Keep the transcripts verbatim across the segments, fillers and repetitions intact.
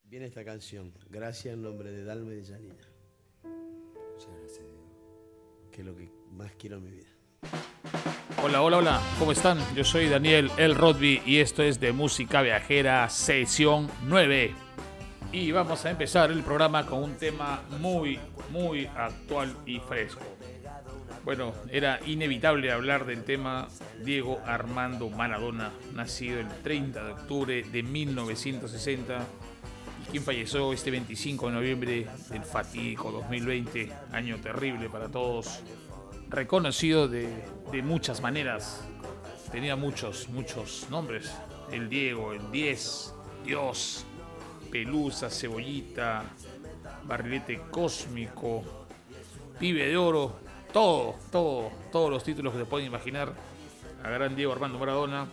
Viene esta canción, gracias en nombre de Dalma y de Janina. Muchas gracias, Diego. Que es lo que más quiero en mi vida. Hola, hola, hola, ¿cómo están? Yo soy Daniel El Rodby y esto es de Música Viajera Sesión nueve. Y vamos a empezar el programa con un tema muy, muy actual y fresco. Bueno, era inevitable hablar del tema Diego Armando Maradona, nacido el treinta de octubre de mil novecientos sesenta y quien falleció este veinticinco de noviembre del fatídico dos mil veinte, año terrible para todos, reconocido de, de muchas maneras. Tenía muchos, muchos nombres: el Diego, el diez, Dios, Pelusa, Cebollita, Barrilete Cósmico, Pibe de Oro, todo, todo, todos los títulos que se pueden imaginar a gran Diego Armando Maradona,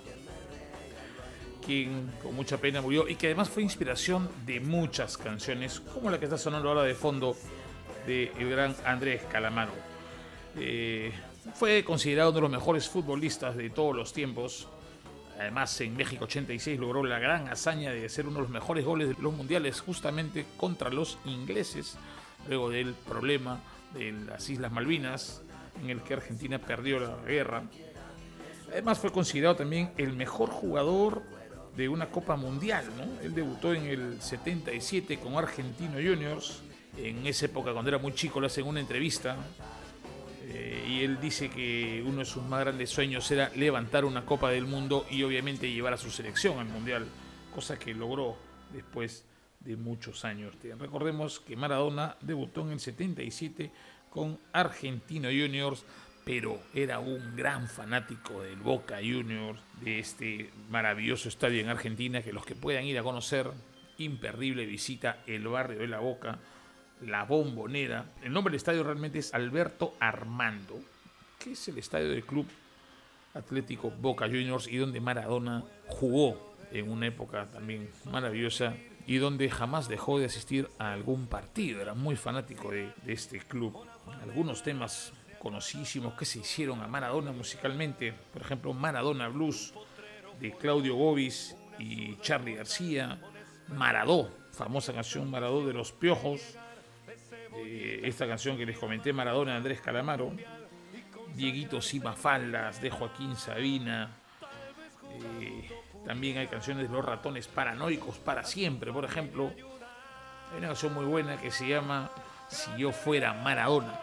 quien con mucha pena murió y que además fue inspiración de muchas canciones, como la que está sonando ahora de fondo del gran Andrés Calamaro. Eh, fue considerado uno de los mejores futbolistas de todos los tiempos. Además, en México ochenta y seis logró la gran hazaña de hacer uno de los mejores goles de los mundiales, justamente contra los ingleses, luego del problema de las Islas Malvinas, en el que Argentina perdió la guerra. Además, fue considerado también el mejor jugador de una Copa Mundial, ¿no? Él debutó en el setenta y siete con Argentino Juniors. En esa época, cuando era muy chico, le hacen una entrevista. Eh, y él dice que uno de sus más grandes sueños era levantar una Copa del Mundo y obviamente llevar a su selección al Mundial, cosa que logró después de muchos años. Recordemos que Maradona debutó en el setenta y siete con Argentino Juniors, pero era un gran fanático del Boca Juniors, de este maravilloso estadio en Argentina, que los que puedan ir a conocer, imperdible visita, el barrio de La Boca, La Bombonera. El nombre del estadio realmente es Alberto Armando, que es el estadio del Club Atlético Boca Juniors y donde Maradona jugó en una época también maravillosa y donde jamás dejó de asistir a algún partido. Era muy fanático de, de este club. Algunos temas conocidísimos que se hicieron a Maradona musicalmente, por ejemplo Maradona Blues de Claudio Govis y Charly García, Maradó, famosa canción Maradó de Los Piojos, eh, esta canción que les comenté, Maradona de Andrés Calamaro, Dieguitos y Mafaldas de Joaquín Sabina. eh, también hay canciones de Los Ratones Paranoicos para siempre, por ejemplo. Hay una canción muy buena que se llama Si yo fuera Maradona,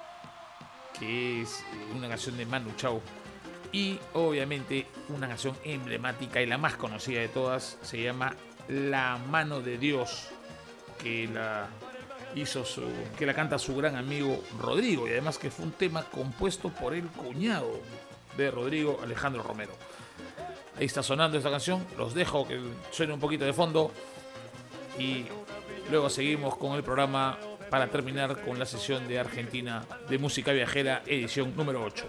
que es una canción de Manu Chao. Y obviamente una canción emblemática y la más conocida de todas se llama La Mano de Dios, que la hizo su, que la canta su gran amigo Rodrigo, y además que fue un tema compuesto por el cuñado de Rodrigo, Alejandro Romero. Ahí está sonando esta canción, los dejo que suene un poquito de fondo y luego seguimos con el programa para terminar con la sesión de Argentina de Música Viajera, edición número ocho.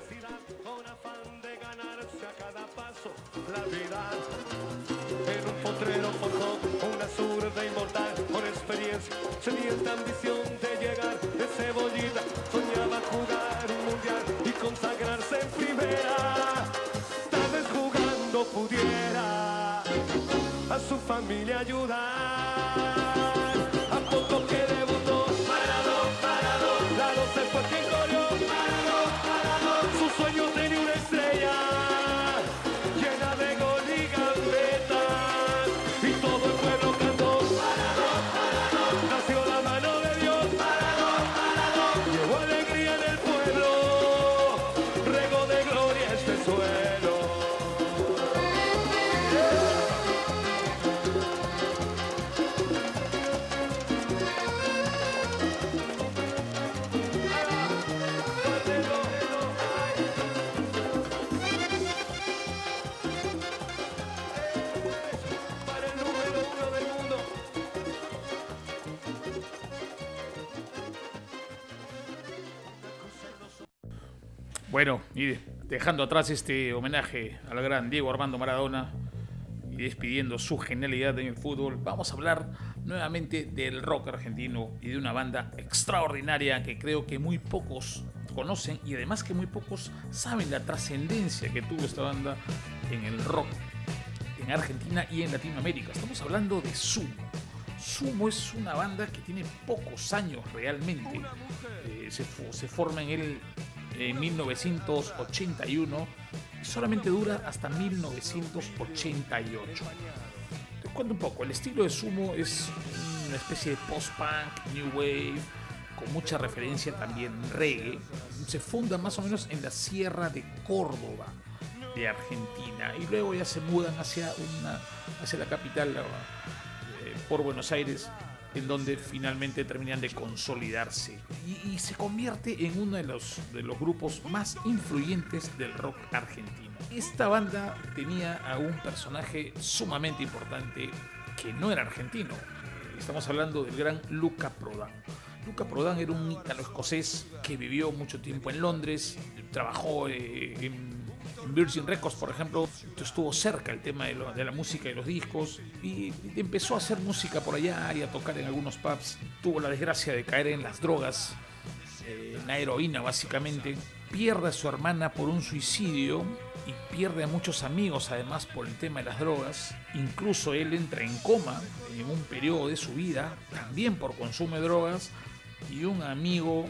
En un potrero forjó una zurda inmortal con experiencia, sedienta ambición de llegar de Cebollita, soñaba jugar un mundial y consagrarse en primera. Tal vez jugando pudiera a su familia ayudar. A poco que debutó Maradó, Maradó, la doce fue quien corrió Maradó, Maradó, su sueño tenía una estrella llena de gol y gambetas, y todo el pueblo cantó Maradó, Maradó, nació la mano de Dios Maradó, Maradó, llevó alegría en el pueblo, regó de gloria este suelo. Para el número uno del mundo. Bueno, y dejando atrás este homenaje al gran Diego Armando Maradona y despidiendo su genialidad en el fútbol, vamos a hablar nuevamente del rock argentino y de una banda extraordinaria que creo que muy pocos conocen y además que muy pocos saben la trascendencia que tuvo esta banda en el rock en Argentina y en Latinoamérica. Estamos hablando de Sumo. Sumo Sumo es una banda que tiene pocos años realmente. Eh, se, se forma en el en mil novecientos ochenta y uno y solamente dura hasta mil novecientos ochenta y ocho. Te cuento un poco. El estilo de Sumo es una especie de post-punk, new wave, con mucha referencia también reggae. Se funda más o menos en la Sierra de Córdoba de Argentina y luego ya se mudan hacia, una, hacia la capital eh, por Buenos Aires, en donde finalmente terminan de consolidarse y, y se convierte en uno de los, de los grupos más influyentes del rock argentino. Esta banda tenía a un personaje sumamente importante que no era argentino. Estamos hablando del gran Luca Prodan. Luca Prodan era un ítalo-escocés que vivió mucho tiempo en Londres, trabajó eh, en Virgin Records, por ejemplo, estuvo cerca el tema de, lo, de la música y los discos y empezó a hacer música por allá y a tocar en algunos pubs. Tuvo la desgracia de caer en las drogas, eh, en la heroína básicamente. Pierde a su hermana por un suicidio y pierde a muchos amigos además por el tema de las drogas. Incluso él entra en coma en un periodo de su vida, también por consumo de drogas, y un amigo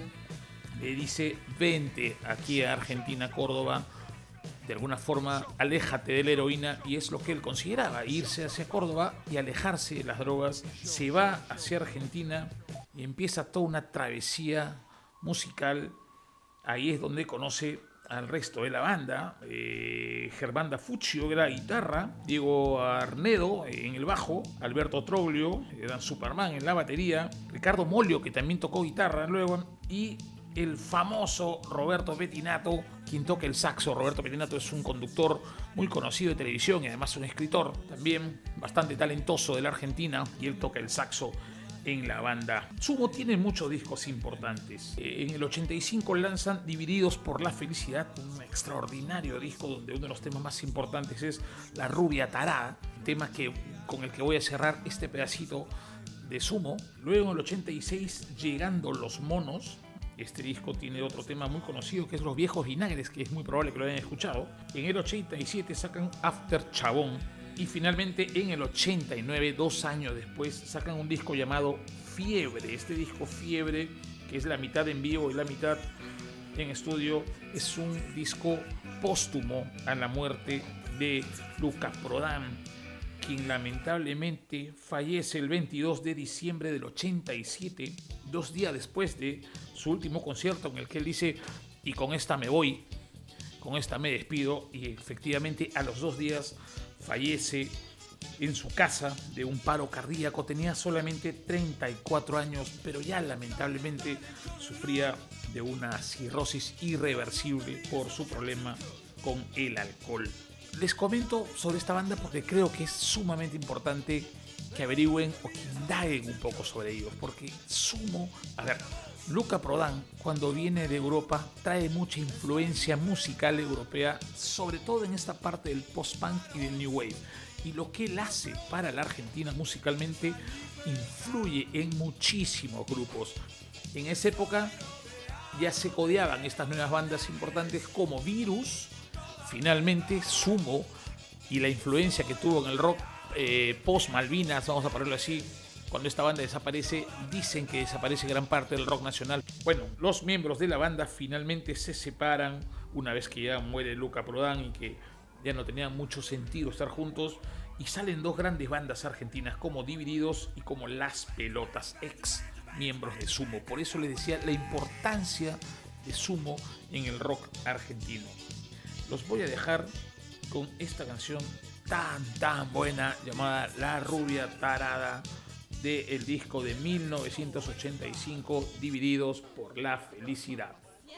le dice: vente aquí a Argentina, Córdoba, de alguna forma aléjate de la heroína, y es lo que él consideraba, irse hacia Córdoba y alejarse de las drogas. Se va hacia Argentina y empieza toda una travesía musical. Ahí es donde conoce al resto de la banda. eh, Germán da Fuccio era guitarra, Diego Arnedo en el bajo, Alberto Troglio era Superman en la batería, Ricardo Molio, que también tocó guitarra luego, y el famoso Roberto Pettinato, quien toca el saxo. Roberto Pettinato es un conductor muy conocido de televisión y además un escritor también bastante talentoso de la Argentina, y él toca el saxo en la banda. Sumo tiene muchos discos importantes. En el ochenta y cinco lanzan Divididos por la Felicidad, un extraordinario disco donde uno de los temas más importantes es La Rubia Tarada, tema que, con el que voy a cerrar este pedacito de Sumo. Luego en el ochenta y seis, Llegando los Monos. Este disco tiene otro tema muy conocido que es Los Viejos Vinagres, que es muy probable que lo hayan escuchado. En el ochenta y siete sacan After Chabón. Y finalmente en el ochenta y nueve, dos años después, sacan un disco llamado Fiebre. Este disco Fiebre, que es la mitad en vivo y la mitad en estudio, es un disco póstumo a la muerte de Luca Prodan, quien lamentablemente fallece el veintidós de diciembre del ochenta y siete, dos días después de su último concierto, en el que él dice: y con esta me voy, con esta me despido. Y efectivamente a los dos días fallece en su casa de un paro cardíaco. Tenía solamente treinta y cuatro años, pero ya lamentablemente sufría de una cirrosis irreversible por su problema con el alcohol. Les comento sobre esta banda porque creo que es sumamente importante que averigüen o que indaguen un poco sobre ellos, porque Sumo, a ver, Luca Prodan, cuando viene de Europa, trae mucha influencia musical europea, sobre todo en esta parte del post-punk y del new wave. Y lo que él hace para la Argentina musicalmente influye en muchísimos grupos. En esa época ya se codeaban estas nuevas bandas importantes como Virus, finalmente Sumo, y la influencia que tuvo en el rock eh, post-Malvinas, vamos a ponerlo así. Cuando esta banda desaparece, dicen que desaparece gran parte del rock nacional. Bueno, los miembros de la banda finalmente se separan una vez que ya muere Luca Prodan y que ya no tenía mucho sentido estar juntos, y salen dos grandes bandas argentinas como Divididos y como Las Pelotas, ex miembros de Sumo. Por eso les decía la importancia de Sumo en el rock argentino. Los voy a dejar con esta canción tan tan buena llamada La Rubia Tarada, del disco de mil novecientos ochenta y cinco, Divididos por la Felicidad.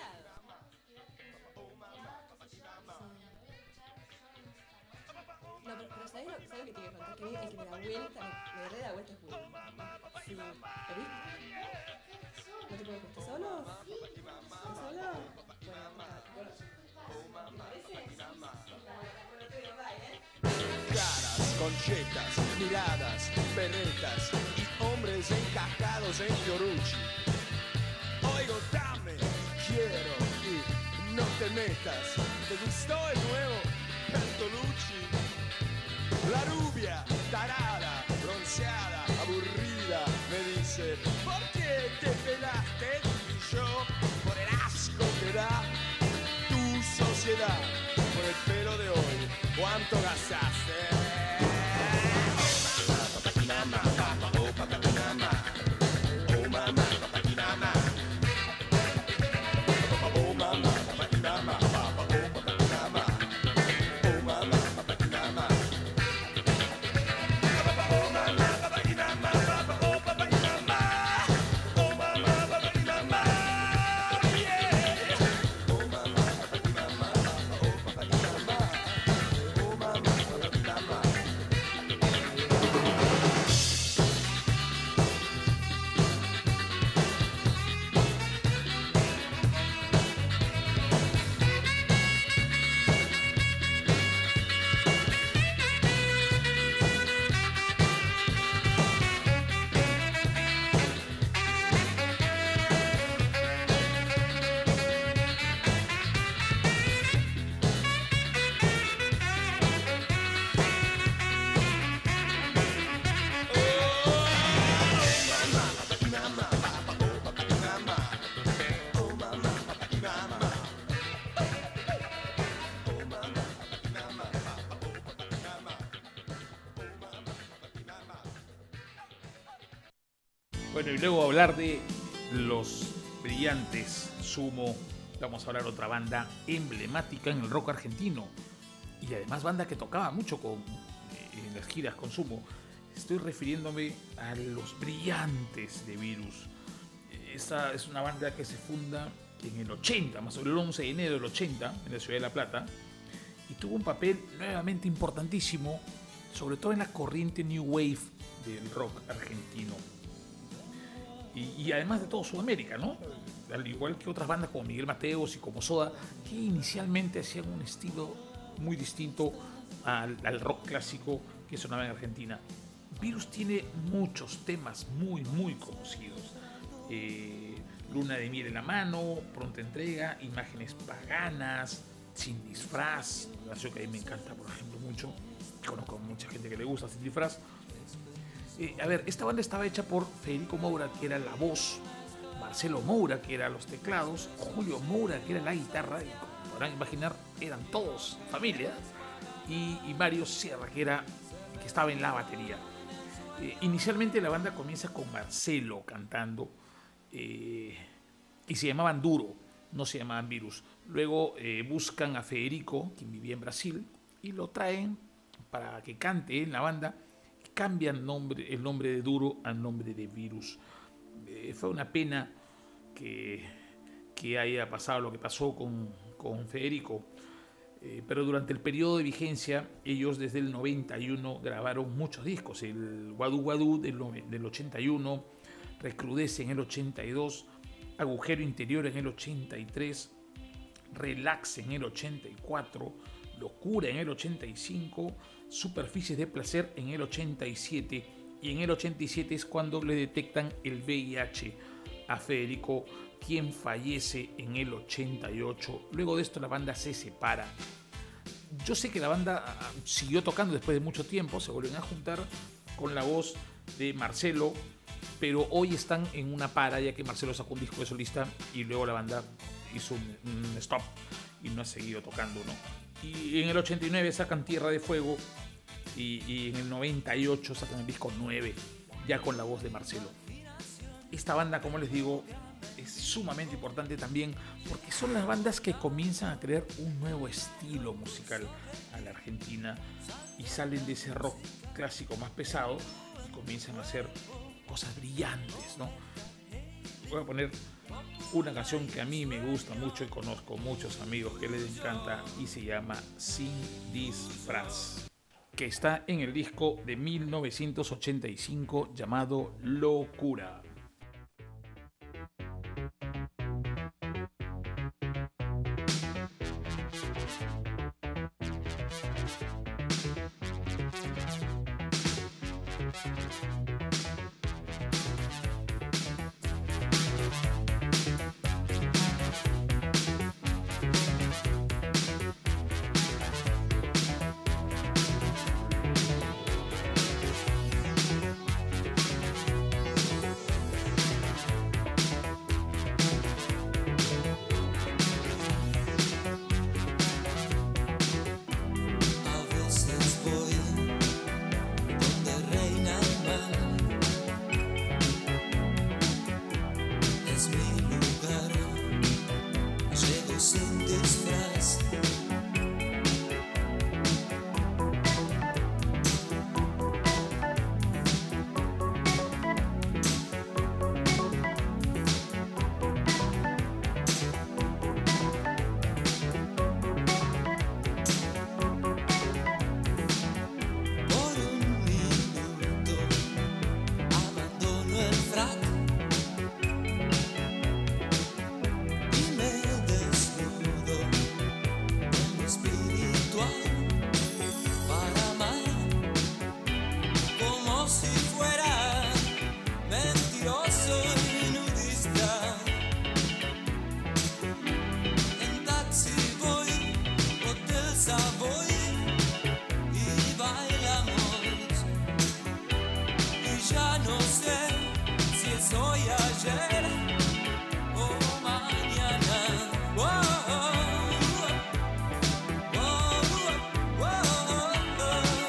No, pero, pero ¿sabes lo, ¿sabes lo que te iba a contar? Que a mí el que me da vuelta, me, me re da vuelta es Julio. Sí. ¿Lo viste? ¿No te puedo contar solo? ¿Estás solo? Bueno, bueno. ¿Te parece? Caras, conchetas, miradas, berretas y hombres encajados en Fiorucci. Oigo, dame, quiero y no te metas. ¿Te gustó el nuevo Bertolucci? La rubia, tarada, bronceada, aburrida, sé por qué te pelaste y yo por el asco que da tu sociedad. Por el pelo de hoy, ¿cuánto gastaste? Bueno, y luego hablar de los brillantes Sumo, vamos a hablar de otra banda emblemática en el rock argentino y además banda que tocaba mucho con, eh, en las giras con Sumo. Estoy refiriéndome a los brillantes de Virus. Esta es una banda que se funda en el ochenta, más o menos el once de enero del ochenta, en la ciudad de La Plata, y tuvo un papel nuevamente importantísimo, sobre todo en la corriente New Wave del rock argentino. Y, y además de todo Sudamérica, ¿no? Al igual que otras bandas como Miguel Mateos y como Soda, que inicialmente hacían un estilo muy distinto al, al rock clásico que sonaba en Argentina. Virus tiene muchos temas muy, muy conocidos. Eh, Luna de miel en la mano, Pronta entrega, Imágenes paganas, Sin disfraz, una canción que a mí me encanta, por ejemplo, mucho. Conozco a mucha gente que le gusta Sin disfraz. Eh, a ver, esta banda estaba hecha por Federico Moura, que era la voz, Marcelo Moura, que era los teclados, Julio Moura, que era la guitarra, y como podrán imaginar, eran todos familia, y, y Mario Sierra, que, era, que estaba en la batería. Eh, inicialmente la banda comienza con Marcelo cantando, eh, y se llamaban Duro, no se llamaban Virus. Luego eh, buscan a Federico, quien vivía en Brasil, y lo traen para que cante en la banda. Cambian nombre, el nombre de Duro al nombre de Virus. Eh, fue una pena que, que haya pasado lo que pasó con, con Federico, eh, pero durante el periodo de vigencia ellos desde el noventa y uno grabaron muchos discos. El Guadú Guadú del, del ochenta y uno, Recrudece en el ochenta y dos, Agujero Interior en el ochenta y tres, Relax en el ochenta y cuatro, Locura en el ochenta y cinco, Superficies de placer en el ochenta y siete, y en el ochenta y siete es cuando le detectan el V I H a Federico, quien fallece en el ochenta y ocho. Luego de esto la banda se separa. Yo sé que la banda siguió tocando después de mucho tiempo, se volvieron a juntar con la voz de Marcelo, pero hoy están en una para, ya que Marcelo sacó un disco de solista y luego la banda hizo un, un stop y no ha seguido tocando, ¿no? Y en el ochenta y nueve sacan Tierra de Fuego y, y en el noventa y ocho sacan el disco nueve, ya con la voz de Marcelo. Esta banda, como les digo, es sumamente importante también porque son las bandas que comienzan a crear un nuevo estilo musical a la Argentina y salen de ese rock clásico más pesado y comienzan a hacer cosas brillantes, ¿no? Voy a poner una canción que a mí me gusta mucho y conozco muchos amigos que les encanta y se llama Sin disfraz, que está en el disco de mil novecientos ochenta y cinco llamado Locura. no sé si es hoy, ayer o mañana. Oh, oh, oh, oh, oh, oh.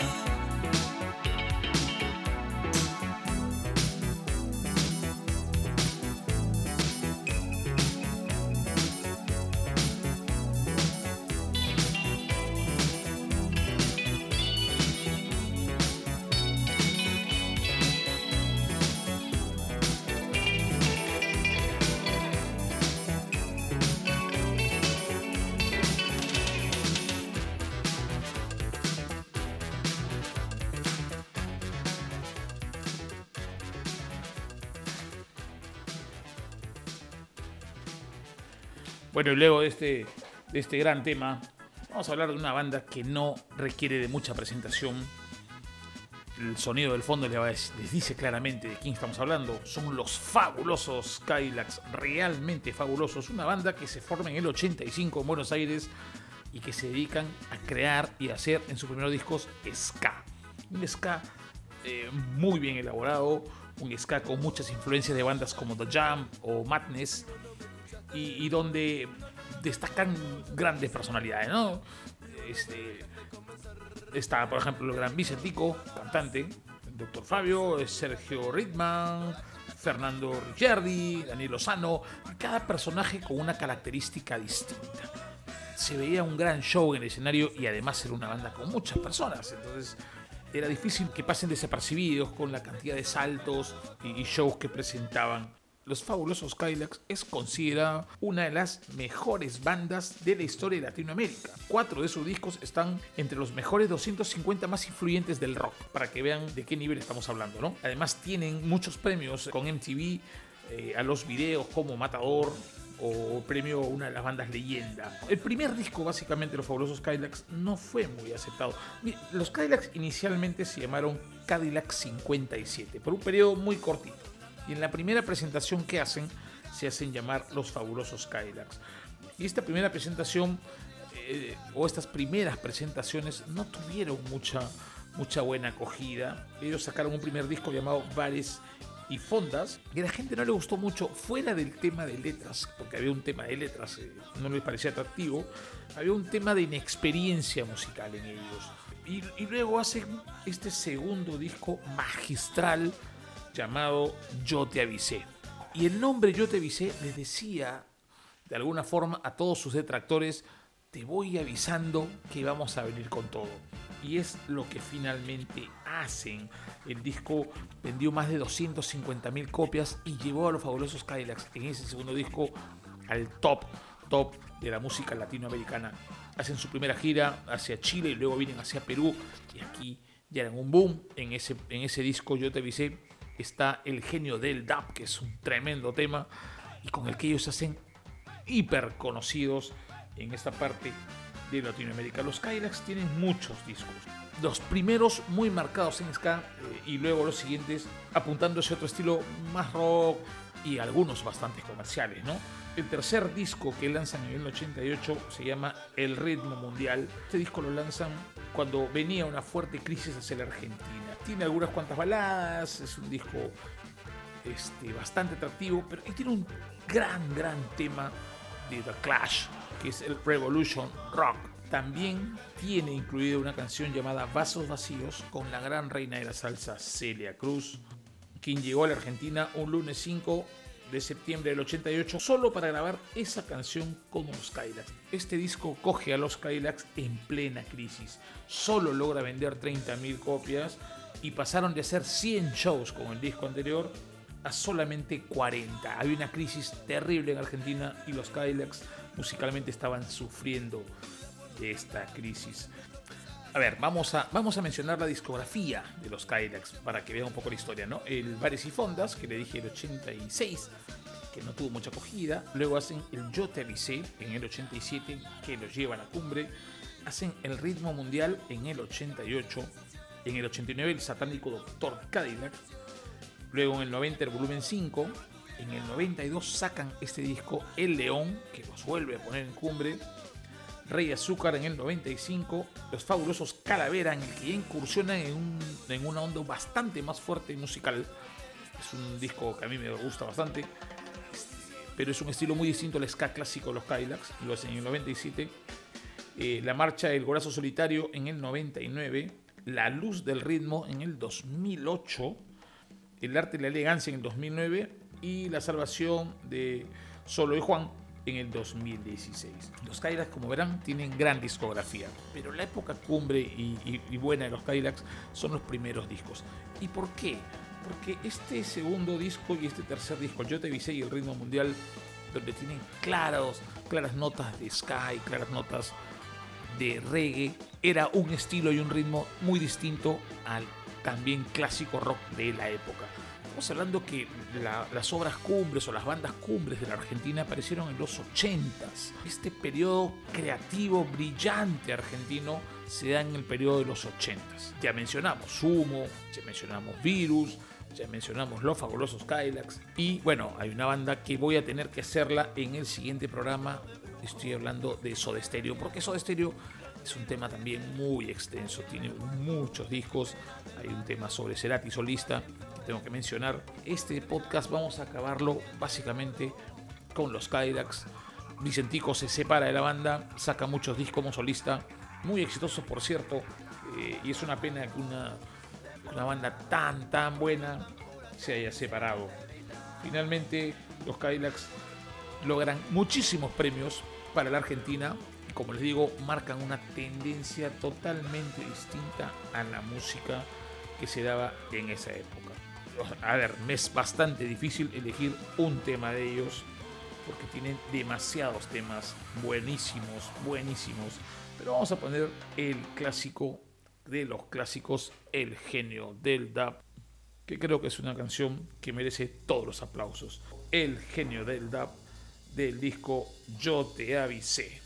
Bueno, y luego de este, de este gran tema, vamos a hablar de una banda que no requiere de mucha presentación. El sonido del fondo les, va a decir- les dice claramente de quién estamos hablando. Son los fabulosos Cadillacs, realmente fabulosos. Una banda que se forma en el ochenta y cinco en Buenos Aires y que se dedican a crear y a hacer en sus primeros discos ska. Un ska eh, muy bien elaborado, un ska con muchas influencias de bandas como The Jam o Madness. Y, y donde destacan grandes personalidades, ¿no? Este, está, por ejemplo, el gran Vicentico, cantante, el doctor Fabio, Sergio Ritman, Fernando Ricciardi, Daniel Lozano, cada personaje con una característica distinta. Se veía un gran show en el escenario y además era una banda con muchas personas, entonces era difícil que pasen desapercibidos con la cantidad de saltos y, y shows que presentaban. Los fabulosos Cadillacs es considerada una de las mejores bandas de la historia de Latinoamérica. Cuatro de sus discos están entre los mejores doscientos cincuenta más influyentes del rock, para que vean de qué nivel estamos hablando, ¿no? Además tienen muchos premios con M T V eh, a los videos como Matador o premio a una de las bandas leyenda. El primer disco básicamente de los fabulosos Cadillacs no fue muy aceptado. Mira, los Cadillacs inicialmente se llamaron Cadillac cincuenta y siete por un periodo muy cortito. Y en la primera presentación que hacen, se hacen llamar los fabulosos Cadillacs. Y esta primera presentación, eh, o estas primeras presentaciones, no tuvieron mucha, mucha buena acogida. Ellos sacaron un primer disco llamado Bares y Fondas, y a la gente no le gustó mucho, fuera del tema de letras, porque había un tema de letras, eh, no les parecía atractivo, había un tema de inexperiencia musical en ellos. Y, y luego hacen este segundo disco magistral, llamado Yo Te Avisé. Y el nombre Yo Te Avisé les decía, de alguna forma, a todos sus detractores: te voy avisando que vamos a venir con todo. Y es lo que finalmente hacen. El disco vendió más de doscientas cincuenta mil copias y llevó a los fabulosos Cadillacs en ese segundo disco al top, top de la música latinoamericana. Hacen su primera gira hacia Chile y luego vienen hacia Perú, y aquí ya eran un boom. En ese, en ese disco Yo Te Avisé está El Genio del Dub, que es un tremendo tema y con el que ellos se hacen hiper conocidos en esta parte de Latinoamérica. Los Cadillacs tienen muchos discos, los primeros muy marcados en ska eh, y luego los siguientes apuntando a ese otro estilo más rock y algunos bastante comerciales, ¿no? El tercer disco que lanzan en el ochenta y ocho se llama El Ritmo Mundial. Este disco lo lanzan cuando venía una fuerte crisis hacia la Argentina. Tiene algunas cuantas baladas, es un disco este, bastante atractivo, pero tiene un gran, gran tema de The Clash, que es el Revolution Rock. También tiene incluida una canción llamada Vasos Vacíos con la gran reina de la salsa, Celia Cruz, quien llegó a la Argentina un lunes cinco de septiembre del ochenta y ocho solo para grabar esa canción con los Cadillacs. Este disco coge a los Cadillacs en plena crisis, solo logra vender treinta mil copias y pasaron de hacer cien shows con el disco anterior a solamente cuarenta. Había una crisis terrible en Argentina y los Cadillacs musicalmente estaban sufriendo de esta crisis. A ver, vamos a, vamos a mencionar la discografía de los Cadillacs para que vean un poco la historia, ¿no? El Bares y Fondas, que le dije el ochenta y seis, que no tuvo mucha acogida. Luego hacen el Yo Te Avisé en el ochenta y siete, que los lleva a la cumbre. Hacen el Ritmo Mundial en el ochenta y ocho. En el ochenta y nueve el satánico Doctor Cadillac. Luego en el noventa el volumen cinco. En el noventa y dos sacan este disco El León, que los vuelve a poner en cumbre. Rey Azúcar en el noventa y cinco, los fabulosos Calavera, en el que ya incursionan en, un, en una onda bastante más fuerte y musical. Es un disco que a mí me gusta bastante, pero es un estilo muy distinto al ska clásico de los Cadillacs. Lo hacen en el noventa y siete. Eh, la marcha El Corazón Solitario en el noventa y nueve. La Luz del Ritmo en el dos mil ocho. El Arte y la Elegancia en el dos mil nueve. Y La Salvación de Solo y Juan en el dos mil dieciséis. Los Cadillacs, como verán, tienen gran discografía, pero la época cumbre y, y, y buena de los Cadillacs son los primeros discos. ¿Y por qué? Porque este segundo disco y este tercer disco, Yo Te Avisé y El Ritmo Mundial, donde tienen claros, claras notas de ska y claras notas de reggae, era un estilo y un ritmo muy distinto al también clásico rock de la época. Estamos hablando que la, las obras cumbres o las bandas cumbres de la Argentina aparecieron en los ochentas. Este periodo creativo brillante argentino se da en el periodo de los ochentas. Ya mencionamos Sumo, ya mencionamos Virus, ya mencionamos Los Fabulosos Cadillacs. Y bueno, hay una banda que voy a tener que hacerla en el siguiente programa. Estoy hablando de Soda Stereo, porque Soda Stereo es un tema también muy extenso, tiene muchos discos. Hay un tema sobre Cerati solista que tengo que mencionar. Este podcast vamos a acabarlo básicamente con los Cadillacs. Vicentico se separa de la banda, saca muchos discos como solista, muy exitosos por cierto, eh, y es una pena que una, una banda tan tan buena se haya separado. Finalmente los Cadillacs logran muchísimos premios para la Argentina. Como les digo, marcan una tendencia totalmente distinta a la música que se daba en esa época. A ver, me es bastante difícil elegir un tema de ellos porque tienen demasiados temas buenísimos, buenísimos. Pero vamos a poner el clásico de los clásicos, El Genio del Dub, que creo que es una canción que merece todos los aplausos. El Genio del Dub, del disco Yo Te Avisé.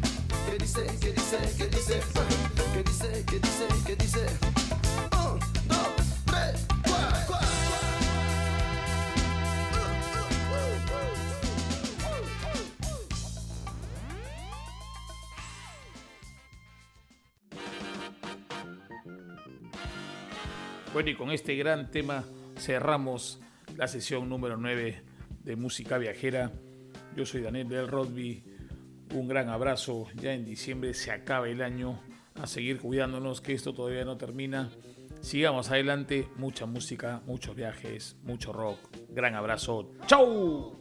dice, que dice, que dice, que dice, que dice. Un, Bueno, y con este gran tema cerramos la sesión número nueve de Música Viajera. Yo soy Daniel Del Rodby. Un gran abrazo. Ya en diciembre se acaba el año. A seguir cuidándonos, que esto todavía no termina. Sigamos adelante. Mucha música, muchos viajes, mucho rock. Gran abrazo. ¡Chau!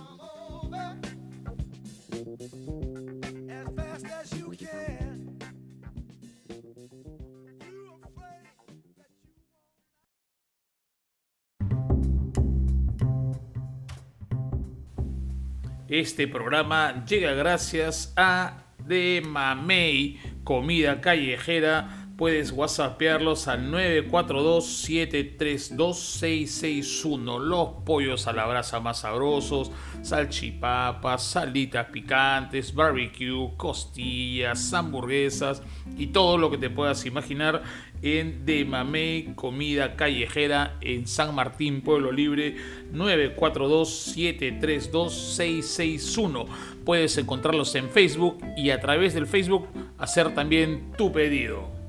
Este programa llega gracias a The Mamey, comida callejera. Puedes whatsappearlos al nueve cuatro dos, siete tres dos, seis seis uno. Los pollos a la brasa más sabrosos, salchipapas, salitas picantes, barbecue, costillas, hamburguesas y todo lo que te puedas imaginar en The Mamey, comida callejera en San Martín, Pueblo Libre, nueve cuatro dos, siete tres dos, seis seis uno. Puedes encontrarlos en Facebook y a través del Facebook hacer también tu pedido.